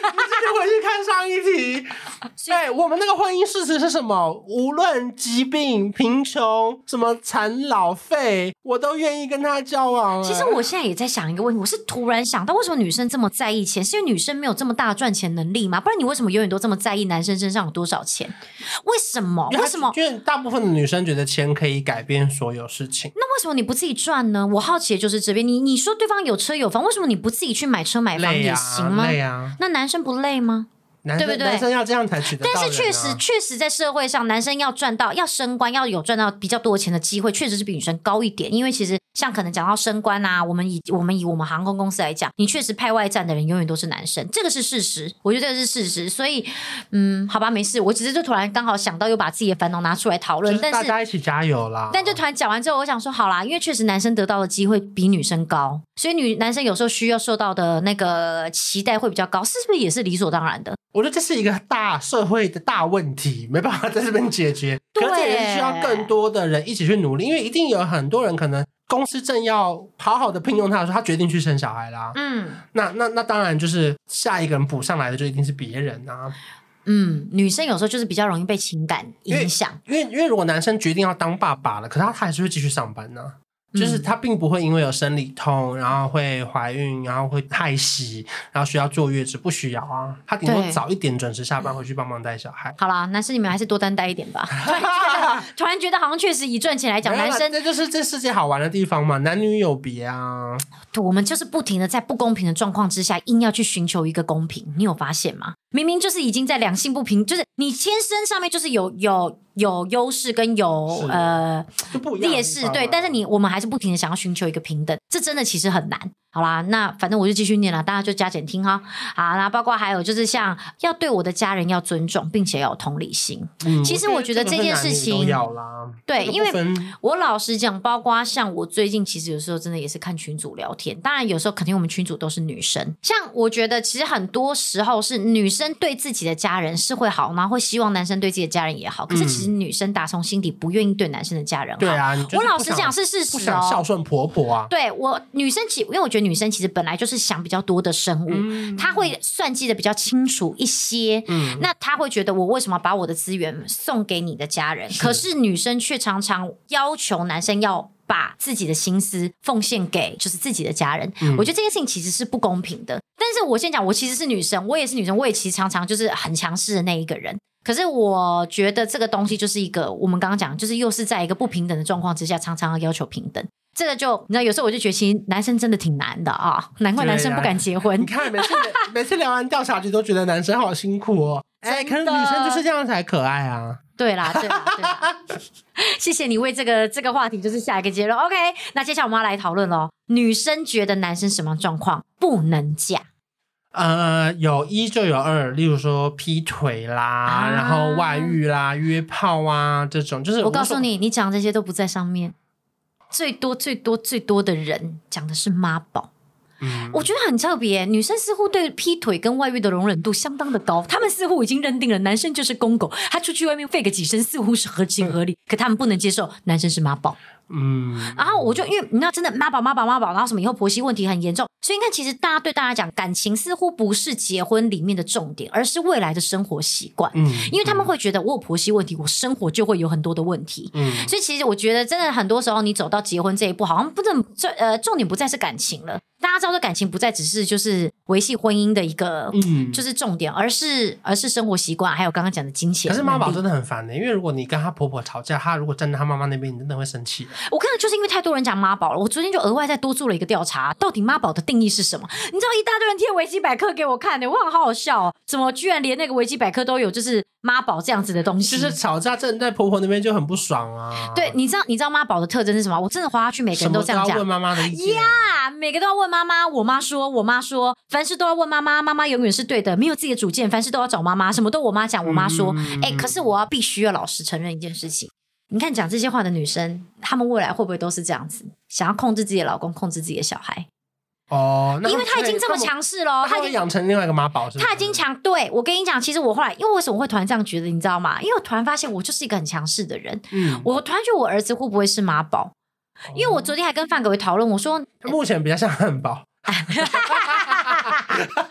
就回去看上一题。对，我们那个婚姻事实是什么？无论疾病、贫穷、什么残老废，我都愿意跟他交往。 其实我现在也在想一个问题，我是突然想到，为什么女生这么在意钱？是因为女生没有这么大的赚钱能力吗？不然你为什么永远都这么在意男生身上有多少钱？为什么？为什么？ 因为大部分的女生觉得钱可以改变所有事情。 那为什么你不自己赚呢？我好奇的就是这边，你你说对方有车有房，为什么你不自己去买车买房也行吗？ 累啊， 那男生不累吗？ 对不对？男生要这样才取得到人啊。 但是确实确实在社会上，男生要赚到要升官要有赚到比较多钱的机会，确实是比女生高一点。因为其实像可能讲到升官啊，我们以我们以我们航空公司来讲，你确实派外站的人永远都是男生，这个是事实，我觉得这个是事实。所以嗯，好吧，没事，我只是就突然刚好想到，又把自己的烦恼拿出来讨论， 就是大家一起加油啦。 但就突然讲完之后，我想说好啦，因为确实男生得到的机会比女生高，所以女男生有时候需要受到的那个期待会比较高，是不是也是理所当然的？ 我觉得这是一个大社会的大问题，没办法在这边解决。可是这也是需要更多的人一起去努力，因为一定有很多人可能公司正要好好的聘用他的时候，他决定去生小孩啦。嗯，那那那当然就是下一个人补上来的就一定是别人啊。 嗯，女生有时候就是比较容易被情感影响， 因为因为因为如果男生决定要当爸爸了，可是他还是会继续上班呢、啊。就是他并不会因为有生理痛，然后会怀孕，然后会害喜，然后需要坐月子，不需要啊。他顶多早一点准时下班回去帮忙带小孩。 好啦，男生你们还是多担待一点吧。突然觉得，突然觉得好像确实以赚钱来讲，男生这就是这世界好玩的地方嘛，男女有别啊。 我们就是不停的在不公平的状况之下，硬要去寻求一个公平。你有发现吗？明明就是已经在两性不平，就是你天生上面就是有有有优势跟有呃劣势，对，但是你我们还是不停的想要寻求一个平等，这真的其实很难。好啦，那反正我就继续念了，大家就加减听哈。好，那包括还有就是像要对我的家人要尊重，并且要有同理心。嗯、其实我觉得这件事情，对，因为我老实讲，包括像我最近其实有时候真的也是看群组聊天，当然有时候肯定我们群组都是女生，像我觉得其实很多时候是女生对自己的家人是会好，然后会希望男生对自己的家人也好，可是其实女生打从心底不愿意对男生的家人好。 对啊， 我老实讲是事实哦， 不想孝顺婆婆啊。 对我女生其因为我觉得女生其实本来就是想比较多的生物，嗯、她会算计的比较清楚一些。嗯，那她会觉得我为什么把我的资源送给你的家人？可是女生却常常要求男生要把自己的心思奉献给就是自己的家人。嗯、我觉得这件事情其实是不公平的。但是我先讲，我其实是女生，我也是女生，我也其实常常就是很强势的那一个人。可是我觉得这个东西就是一个我们刚刚讲，就是又是在一个不平等的状况之下，常常要要求平等。这个就你知道，有时候我就觉得其实男生真的挺难的啊，难怪男生不敢结婚。 你看每次每次聊完调查局都觉得男生好辛苦哦，哎，可是女生就是这样才可爱啊。 对啦，对啦，对啦。谢谢你为这个这个话题就是下一个结论。OK， 那接下来我们要来讨论咯，女生觉得男生什么状况不能嫁？ 呃，有一就有二，例如说劈腿啦，啊、然后外遇啦、约炮啊这种，就是 我, 我告诉你，你讲这些都不在上面。最多最多最多的人讲的是妈宝。嗯，我觉得很特别，女生似乎对劈腿跟外遇的容忍度相当的高，他们似乎已经认定了男生就是公狗，他出去外面吠个几声似乎是合情合理，嗯、可他们不能接受男生是妈宝。嗯，然后我就因为你知道真的妈宝妈宝妈宝，然后什么以后婆媳问题很严重，所以你看其实大家对大家讲感情似乎不是结婚里面的重点，而是未来的生活习惯。嗯，因为他们会觉得我有婆媳问题，我生活就会有很多的问题。嗯，所以其实我觉得真的很多时候你走到结婚这一步，好像不能呃重点不再是感情了。大家知道这感情不再只是就是维系婚姻的一个、嗯、就是重点，而是而是生活习惯，还有刚刚讲的金钱。 可是妈宝真的很烦的、欸，因为如果你跟她婆婆吵架，她如果站在她妈妈那边，你真的会生气。 我看到就是因为太多人讲妈宝了，我昨天就额外再多做了一个调查，到底妈宝的定义是什么？你知道一大堆人贴维基百科给我看的、欸，我很好好笑哦，怎么居然连那个维基百科都有就是妈宝这样子的东西？ 就是吵架站在婆婆那边就很不爽啊。 对，你知道你知道妈宝的特征是什么？我真的滑下去，每个人都这样讲， 什么都要问妈妈的意见呀， yeah, 每个都要问妈妈。我妈说，我妈说，凡事都要问妈妈，妈妈永远是对的，没有自己的主见，凡事都要找妈妈，什么都我妈讲，我妈说。哎、嗯欸，可是我要必须要老实承认一件事情，你看讲这些话的女生，她们未来会不会都是这样子，想要控制自己的老公，控制自己的小孩？ 哦， 因为他已经这么强势了， 他已经养成另外一个妈宝，是不是？ 他已经强，对，我跟你讲，其实我后来，因为为什么会突然这样觉得，你知道吗？因为我突然发现我就是一个很强势的人，嗯，我突然觉得我儿子会不会是妈宝？因为我昨天还跟范可为讨论，我说目前比较像汉堡。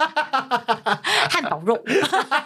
汉堡肉，因为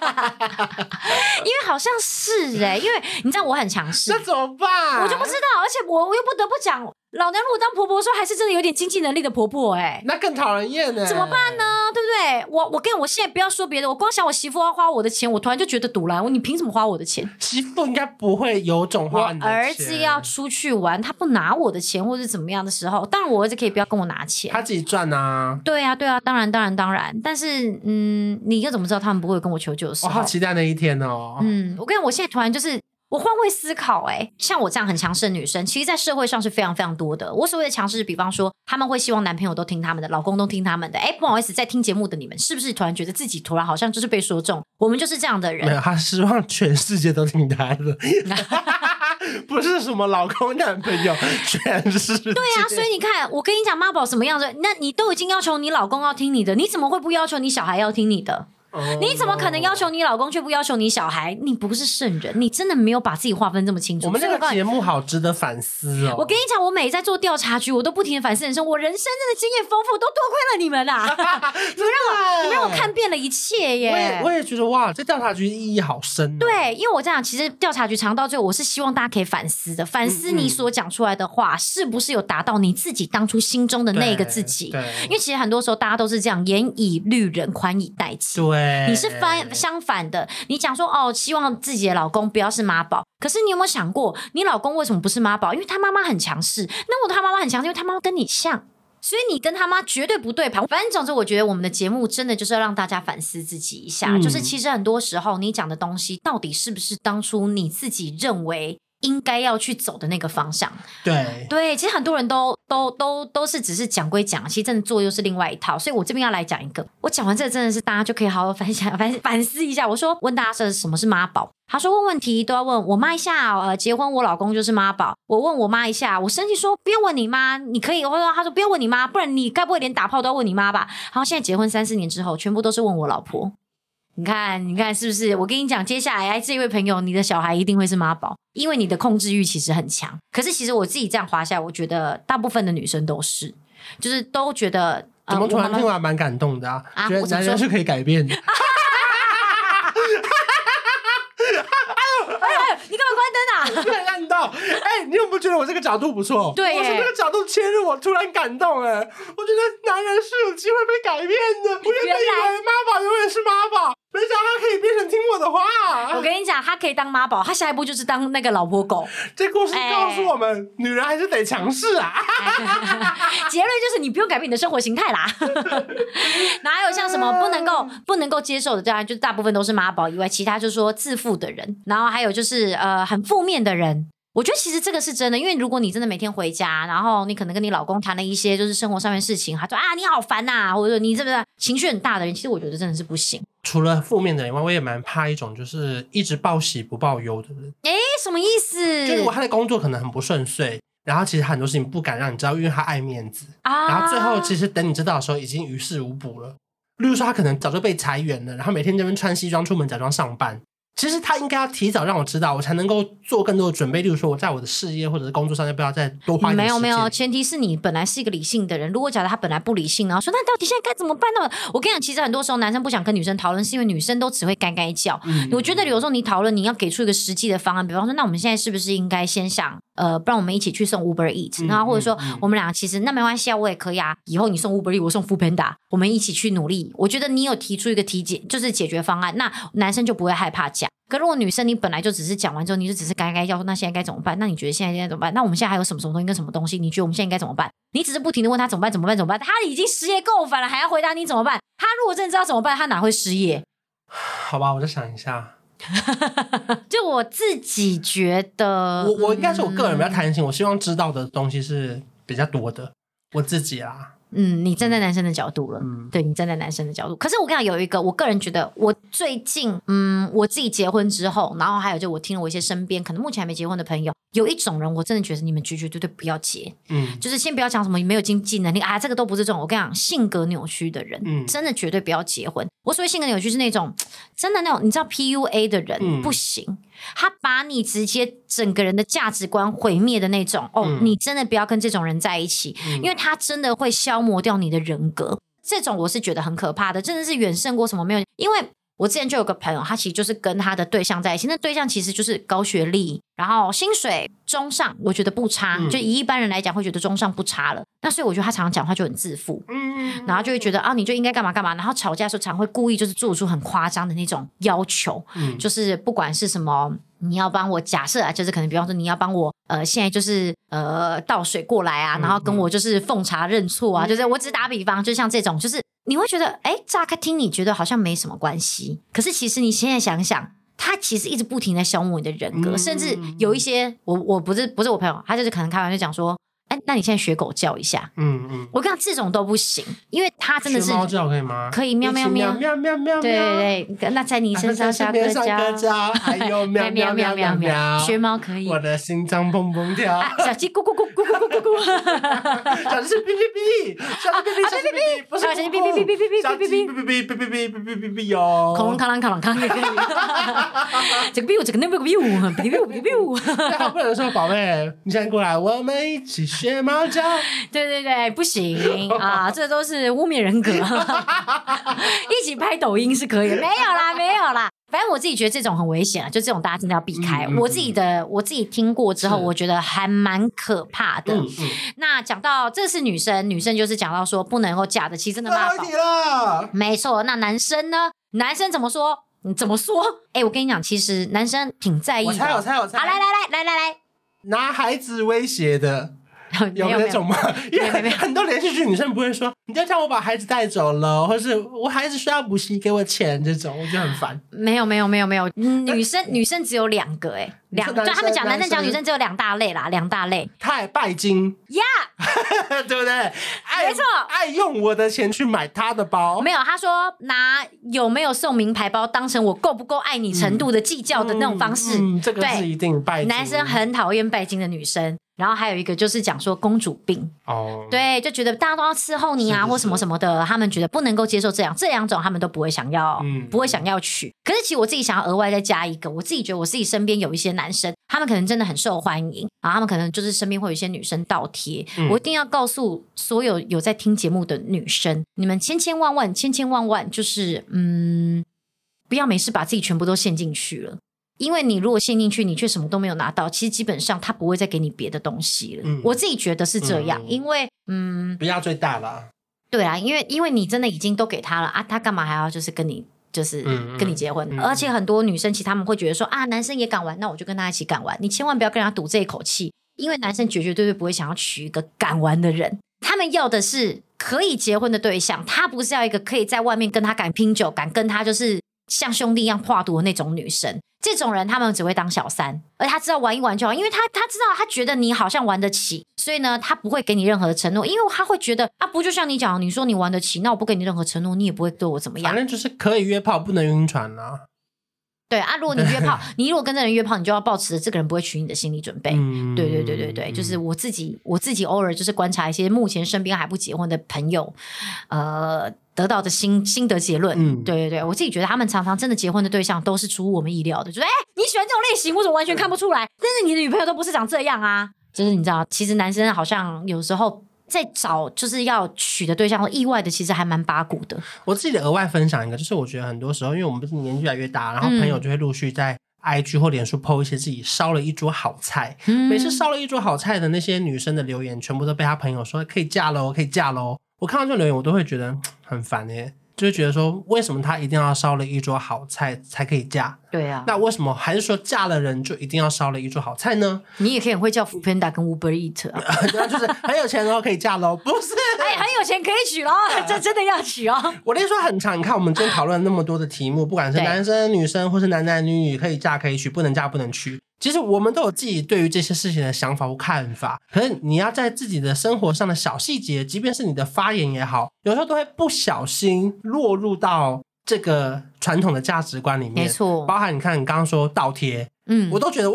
好像是哎、欸，因为你知道我很强势， 那怎么办？ 我就不知道，而且我我又不得不讲，老娘如果当婆婆的时候，还是真的有点经济能力的婆婆哎、欸， 那更讨人厌呢， 怎么办呢？对不对？我我跟我现在不要说别的，我光想我媳妇要花我的钱，我突然就觉得堵然，你凭什么花我的钱？ 媳妇应该不会有种花你的钱。 我儿子要出去玩，他不拿我的钱或者怎么样的时候，当然我儿子可以不要跟我拿钱， 他自己赚啊。 对啊，对啊，当然，当然，当然。但是，嗯，你又怎么知道他们不会跟我求救的时候？ 我好期待那一天哦。 嗯，我跟你，我现在突然就是。我换位思考、欸，哎，像我这样很强势的女生，其实，在社会上是非常非常多的。我所谓的强势，比方说，他们会希望男朋友都听他们的，老公都听他们的。哎、欸，不好意思，在听节目的你们，是不是突然觉得自己突然好像就是被说中？我们就是这样的人。 没有，他希望全世界都听他的，不是什么老公男朋友，全世界。 对啊，所以你看，我跟你讲，妈宝什么样子？那你都已经要求你老公要听你的，你怎么会不要求你小孩要听你的？你怎么可能要求你老公却不要求你小孩？你不是圣人，你真的没有把自己划分这么清楚。 我们这个节目好值得反思哦。 我跟你讲，我每在做调查局，我都不停的反思人生，我人生真的经验丰富，都多亏了你们啊！你们让我，你们让我看遍了一切耶！ 我也我也觉得哇，这调查局意义好深、哦。 对，因为我这样，其实调查局常到最后，我是希望大家可以反思的，反思你所讲出来的话、嗯嗯、是不是有达到你自己当初心中的那个自己？ 对， 因为其实很多时候大家都是这样，严以律人，宽以待己。 对， 你是翻。相反的，你讲说哦，希望自己的老公不要是妈宝，可是你有没有想过，你老公为什么不是妈宝？因为他妈妈很强势。那我他妈妈很强势，因为他妈妈跟你像，所以你跟他妈绝对不对盘。反正总之，我觉得我们的节目真的就是要让大家反思自己一下，嗯、就是其实很多时候你讲的东西，到底是不是当初你自己认为应该要去走的那个方向？ 对对，其实很多人都都都都是只是讲归讲，其实真的做又是另外一套。所以我这边要来讲一个，我讲完这个真的是大家就可以好好反想反反思一下。我说问大家是什么是妈宝？他说问问题都要问我妈一下，呃，结婚我老公就是妈宝。我问我妈一下，我生气说不要问你妈，你可以，或者他说不要问你妈，不然你该不会连打炮都要问你妈吧？然后现在结婚三四年之后，全部都是问我老婆。你看，你看是不是？我跟你讲，接下来这位朋友，你的小孩一定会是妈宝，因为你的控制欲其实很强。可是其实我自己这样滑下来，我觉得大部分的女生都是，就是都觉得。 怎么突然听完蛮感动的啊？ 啊觉得男人是可以改变的。 你干嘛关灯啊？ 突然看到，哎、欸，你有没有觉得我这个角度不错？ 对， 我从这个角度切入，我突然感动哎！我觉得男人是有机会被改变的。我原本以为妈宝永远是妈宝，没想到他可以变成听我的话。 我跟你讲，他可以当妈宝，他下一步就是当那个老婆狗。 这故事告诉我们，欸、女人还是得强势啊。 结论就是你不用改变你的生活形态啦。哪有像什么不能够不能够接受的，当然就是大部分都是妈宝以外，其他就是说自负的人，然后还有就是呃很负面的人。我觉得其实这个是真的，因为如果你真的每天回家，然后你可能跟你老公谈了一些就是生活上面的事情，他说啊你好烦呐、啊，或者说你这个情绪很大的人，其实我觉得真的是不行。 除了负面的人以外，我也蛮怕一种就是一直报喜不报忧的人。 诶，什么意思？ 就如果他的工作可能很不顺遂，然后其实很多事情不敢让你知道，因为他爱面子、啊、然后最后其实等你知道的时候已经于事无补了。例如说他可能早就被裁员了，然后每天这边穿西装出门假装上班，其实他应该要提早让我知道，我才能够做更多的准备。例如说我在我的事业或者是工作上要不要再多花一点时间。 没有没有，前提是你本来是一个理性的人。如果假如他本来不理性，然后说那到底现在该怎么办呢？我跟你讲，其实很多时候男生不想跟女生讨论，是因为女生都只会该该叫、嗯、我觉得有时候你讨论你要给出一个实际的方案，比方说那我们现在是不是应该先想呃，不然我们一起去送 Uber Eats、嗯、然后或者说我们俩其实那没关系啊，我也可以啊，以后你送 Uber Eats 我送 Foodpanda， 我们一起去努力。我觉得你有提出一个提解就是解决方案，那男生就不会害怕讲。可如果女生你本来就只是讲完之后你就只是该该要说那现在该怎么办，那你觉得现在应该怎么办？那我们现在还有什么什么东西跟什么东西，你觉得我们现在应该怎么办？你只是不停的问他怎么办怎么办怎么办，他已经失业够烦了还要回答你怎么办。他如果真的知道怎么办，他哪会失业？ 好吧，我再想一下。 就我自己觉得我我应该是我个人比较贪心、嗯、我希望知道的东西是比较多的，我自己啦。 嗯，你站在男生的角度了， 嗯， 对，你站在男生的角度。可是我跟你讲，有一个我个人觉得，我最近，嗯，我自己结婚之后，然后还有就我听了我一些身边可能目前还没结婚的朋友，有一种人，我真的觉得你们绝绝对对不要结，嗯，就是先不要讲什么没有经济能力啊，这个都不是这种。我跟你讲，性格扭曲的人，嗯，真的绝对不要结婚。我所谓性格扭曲是那种真的那种，你知道 P U A 的人、嗯、不行。他把你直接整个人的价值观毁灭的那种哦、嗯，你真的不要跟这种人在一起、嗯、因为他真的会消磨掉你的人格。 这种我是觉得很可怕的，真的是远胜过什么没有。因为我之前就有个朋友，他其实就是跟他的对象在一起，那对象其实就是高学历，然后薪水中上，我觉得不差，嗯、就以一般人来讲会觉得中上不差了。那所以我觉得他常常讲话就很自负，嗯，然后就会觉得啊，你就应该干嘛干嘛，然后吵架的时候常会故意就是做出很夸张的那种要求，嗯，就是不管是什么。你要帮我假设啊，就是可能比方说你要帮我呃现在就是呃倒水过来啊，然后跟我就是奉茶认错啊，嗯、就是我只打比方，就像这种，就是你会觉得哎，乍开听你觉得好像没什么关系，可是其实你现在想想，他其实一直不停在消磨你的人格，嗯、甚至有一些我我不是不是我朋友，他就是可能开玩笑讲说。哎，那你现在学狗叫一下，嗯嗯，我跟你讲这种都不行，因为他真的是学猫叫可以吗？ 可以喵喵喵喵喵喵， 对对对，那在你身上下个家，还有喵喵喵喵喵， 学猫可以， 我的心脏砰砰跳， 小鸡咕咕咕咕咕咕咕咕， 小鸡是哔哔哔，小鸡哔哔哔哔哔，不是小鸡哔哔哔哔哔哔哔哔哔哔哔哔哔哔哔哔哟， 恐龙扛啷扛啷扛也可以，这个 biu 这个那个 biu biu biu biu， 他不能说宝贝，你现在过来，我们一起。学猫叫， 对对对，不行啊，这都是污蔑人格。一起拍抖音是可以，没有啦，没有啦。反正我自己觉得这种很危险啊，就这种大家真的要避开。嗯嗯、我自己的我自己听过之后，我觉得还蛮可怕的。嗯嗯、那讲到这是女生，女生就是讲到说不能够嫁的，其实真的妈宝了。没错，那男生呢？男生怎么说？你怎么说？哎，我跟你讲，其实男生挺在意的。 我猜，我猜，我猜。 好，来来来来来来， 拿孩子威胁的。有那种吗？因为很多连续剧女生不会说，你就叫我把孩子带走了，或是我孩子需要补习，给我钱这种，我觉得很烦。 没有没有没有没有，女生女生只有两个哎、欸，两就他们讲男生讲女生只有两大类啦，两大类。 太拜金呀， yeah! 对不对？ 没错， 爱用我的钱去买他的包。 没有，他说拿有没有送名牌包当成我够不够爱你程度的计较的那种方式。 嗯，嗯这个是一定拜金。 男生很讨厌拜金的女生。然后还有一个就是讲说公主病哦，对，就觉得大家都要伺候你啊，或什么什么的，他们觉得不能够接受这样，这两种他们都不会想要，嗯、不会想要娶。可是其实我自己想要额外再加一个，我自己觉得我自己身边有一些男生，他们可能真的很受欢迎，然后他们可能就是身边会有一些女生倒贴。嗯、我一定要告诉所有有在听节目的女生，你们千千万万千千万万就是嗯，不要没事把自己全部都陷进去了。因为你如果陷进去，你却什么都没有拿到，其实基本上他不会再给你别的东西了。嗯、我自己觉得是这样，嗯、因为嗯， 不要最大了。 对啊，因为因为你真的已经都给他了啊，他干嘛还要就是跟你就是跟你结婚？嗯嗯、而且很多女生其实他们会觉得说啊，男生也敢玩，那我就跟他一起敢玩。你千万不要跟他赌这一口气，因为男生绝绝对对不会想要娶一个敢玩的人，他们要的是可以结婚的对象，他不是要一个可以在外面跟他敢拼酒，敢跟他就是像兄弟一样跨赌的那种女生。这种人他们只会当小三，而他知道玩一玩就好，因为他他知道他觉得你好像玩得起，所以呢他不会给你任何的承诺，因为他会觉得啊，不就像你讲，你说你玩得起，那我不给你任何承诺，你也不会对我怎么样， 反正就是可以约炮不能晕船啊。 对啊，如果你约炮，你如果跟这人约炮，你就要抱持着这个人不会娶你的心理准备。嗯、对对对对对，就是我自己我自己偶尔就是观察一些目前身边还不结婚的朋友，呃。得到的心心得结论，嗯，对对对，我自己觉得他们常常真的结婚的对象都是出乎我们意料的，就是哎，你喜欢这种类型，我怎么完全看不出来？但是你的女朋友都不是长这样啊，就是你知道，其实男生好像有时候在找就是要娶的对象，意外的其实还蛮八股的。 我自己的额外分享一个，就是我觉得很多时候，因为我们不是年纪越来越大，然后朋友就会陆续在 I G 或脸书 po 一些自己烧了一桌好菜，嗯、每次烧了一桌好菜的那些女生的留言，全部都被他朋友说可以嫁咯，可以嫁咯。我看到这种留言，我都会觉得很烦耶。就是觉得说，为什么他一定要烧了一桌好菜才可以嫁？ 对啊， 那为什么还是说嫁了人就一定要烧了一桌好菜呢？ 你也可以很会叫 Foodpanda 跟 Uber Eat 啊， 对啊，就是很有钱然可以嫁咯，不是？ 哎，很有钱可以娶咯，这真的要娶哦。 我跟你说很长，你看我们今天讨论那么多的题目，不管是男生、女生，或是男男女女，可以嫁可以娶，不能嫁不能娶。其实我们都有自己对于这些事情的想法或看法，可是你要在自己的生活上的小细节，即便是你的发言也好，有时候都会不小心落入到这个传统的价值观里面。 没错， 包含你看你刚刚说倒贴，嗯，我都觉得哇，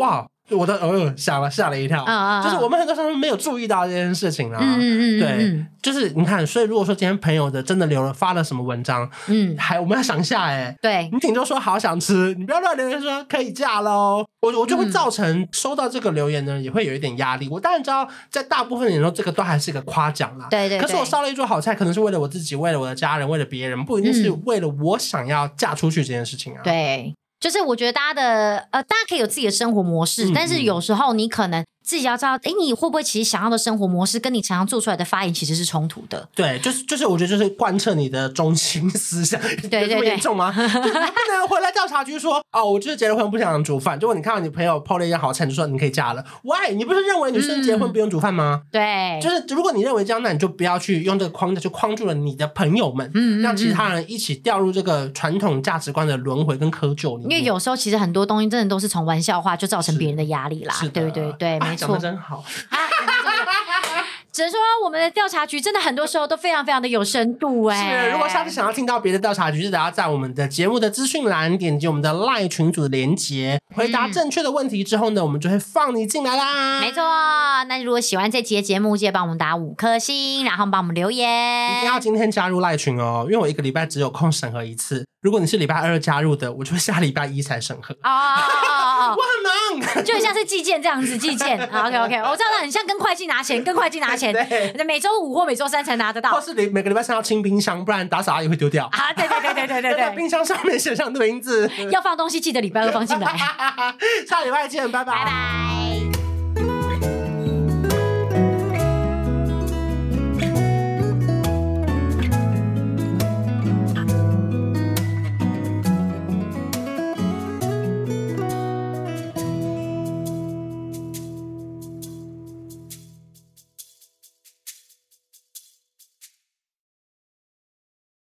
我的偶尔吓了吓了一跳，嗯嗯，就是我们很多时候没有注意到这件事情啦。嗯嗯嗯，对，就是你看，所以如果说今天朋友的真的留了发了什么文章，嗯，还我们要想一下，哎， 对， 你顶多说好想吃，你不要乱留言说可以嫁喽，我我就会造成收到这个留言呢，也会有一点压力。我当然知道，在大部分人说这个都还是一个夸奖啦， 对对。 可是我烧了一桌好菜，可能是为了我自己，为了我的家人，为了别人，不一定是为了我想要嫁出去这件事情啊。 对。就是我觉得大家的呃，大家可以有自己的生活模式，嗯、但是有时候你可能自己要知道，哎，你会不会其实想要的生活模式跟你常常做出来的发言其实是冲突的？ 对，就是就是，我觉得就是贯彻你的中心思想， 对对对， 这么严重吗？你不能回来调查局说，哦，我就是结了婚不想煮饭。结果你看到你朋友 po 了一件好菜，你就说你可以嫁了 ，why？ 你不是认为女生结婚不用煮饭吗？ 嗯、对， 就是如果你认为这样，那你就不要去用这个框架去框住了你的朋友们，嗯，让其他人一起掉入这个传统价值观的轮回跟窠臼里面。 因为有时候其实很多东西真的都是从玩笑话就造成别人的压力啦，对对对，没错， 讲得真好。 只能说我们的调查局真的很多时候都非常非常的有深度哎、 欸。是，如果下次想要听到别的调查局，记得要在我们的节目的资讯栏点击我们的 LINE 群组的连结，回答正确的问题之后呢，我们就会放你进来啦。 没错，那如果喜欢这期的节目，记得帮我们打五颗星，然后帮我们留言。 一定要今天加入 LINE 群哦，因为我一个礼拜只有空审核一次。如果你是礼拜二加入的，我就下礼拜一才审核。哦哦哦，我很忙， 就像是寄件这样子，寄件。OK OK， 我知道很像跟会计拿钱，跟会计拿钱，每周五或每周三才拿得到， 或是每个礼拜三要清冰箱，不然打扫阿姨会丢掉。 啊，对对对对对对对， 冰箱上面写上名字， 要放东西记得礼拜二放进来。 下礼拜见，拜拜。 拜拜。